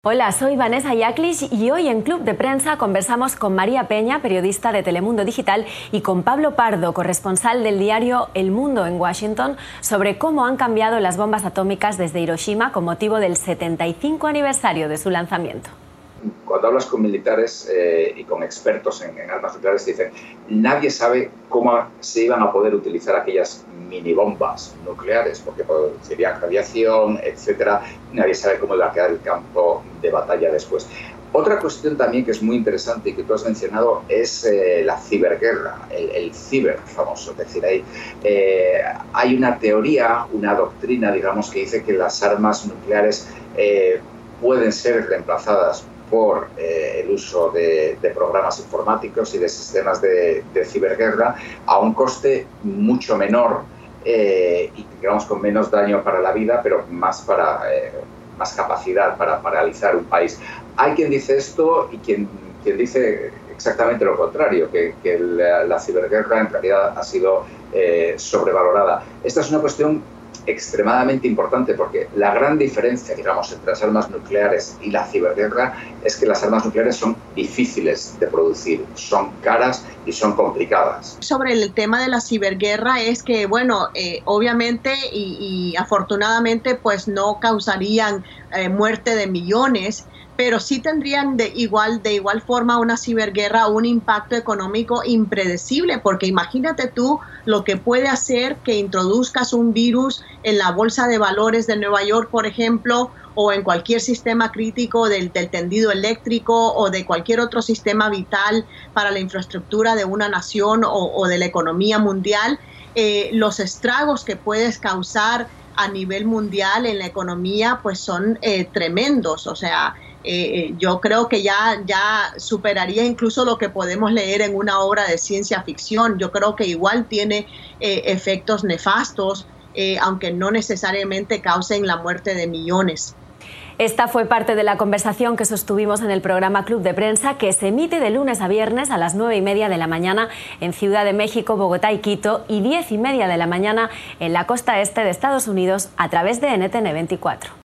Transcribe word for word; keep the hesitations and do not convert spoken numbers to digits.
Hola, soy Vanessa Yaklich y hoy en Club de Prensa conversamos con María Peña, periodista de Telemundo Digital, y con Pablo Pardo, corresponsal del diario El Mundo en Washington, sobre cómo han cambiado las bombas atómicas desde Hiroshima con motivo del setenta y cinco aniversario de su lanzamiento. Cuando hablas con militares eh, y con expertos en, en armas nucleares, dicen nadie sabe cómo se iban a poder utilizar aquellas minibombas nucleares, porque producirían radiación, etcétera. Nadie sabe cómo iba a quedar el campo de batalla después. Otra cuestión también que es muy interesante y que tú has mencionado es eh, la ciberguerra, el, el ciber famoso. Es decir, hay, eh, hay una teoría, una doctrina, digamos, que dice que las armas nucleares eh, pueden ser reemplazadas por eh, el uso de, de programas informáticos y de sistemas de, de ciberguerra a un coste mucho menor eh, y digamos con menos daño para la vida, pero más para eh, más capacidad para paralizar un país. Hay quien dice esto y quien, quien dice exactamente lo contrario, que, que la, la ciberguerra en realidad ha sido eh, sobrevalorada. Esta es una cuestión extremadamente importante porque la gran diferencia, digamos, entre las armas nucleares y la ciberguerra es que las armas nucleares son difíciles de producir, son caras y son complicadas. Sobre el tema de la ciberguerra es que, bueno, eh, obviamente y, y afortunadamente pues no causarían eh, muerte de millones, pero sí tendrían de igual, de igual forma una ciberguerra un impacto económico impredecible, porque imagínate tú lo que puede hacer que introduzcas un virus en la bolsa de valores de Nueva York, por ejemplo, o en cualquier sistema crítico del, del tendido eléctrico o de cualquier otro sistema vital para la infraestructura de una nación o, o de la economía mundial. Eh, los estragos que puedes causar a nivel mundial en la economía pues son eh, tremendos, o sea, Eh, yo creo que ya, ya superaría incluso lo que podemos leer en una obra de ciencia ficción. Yo creo que igual tiene eh, efectos nefastos, eh, aunque no necesariamente causen la muerte de millones. Esta fue parte de la conversación que sostuvimos en el programa Club de Prensa, que se emite de lunes a viernes a las nueve y media de la mañana en Ciudad de México, Bogotá y Quito, y diez y media de la mañana en la costa este de Estados Unidos a través de N T N veinticuatro.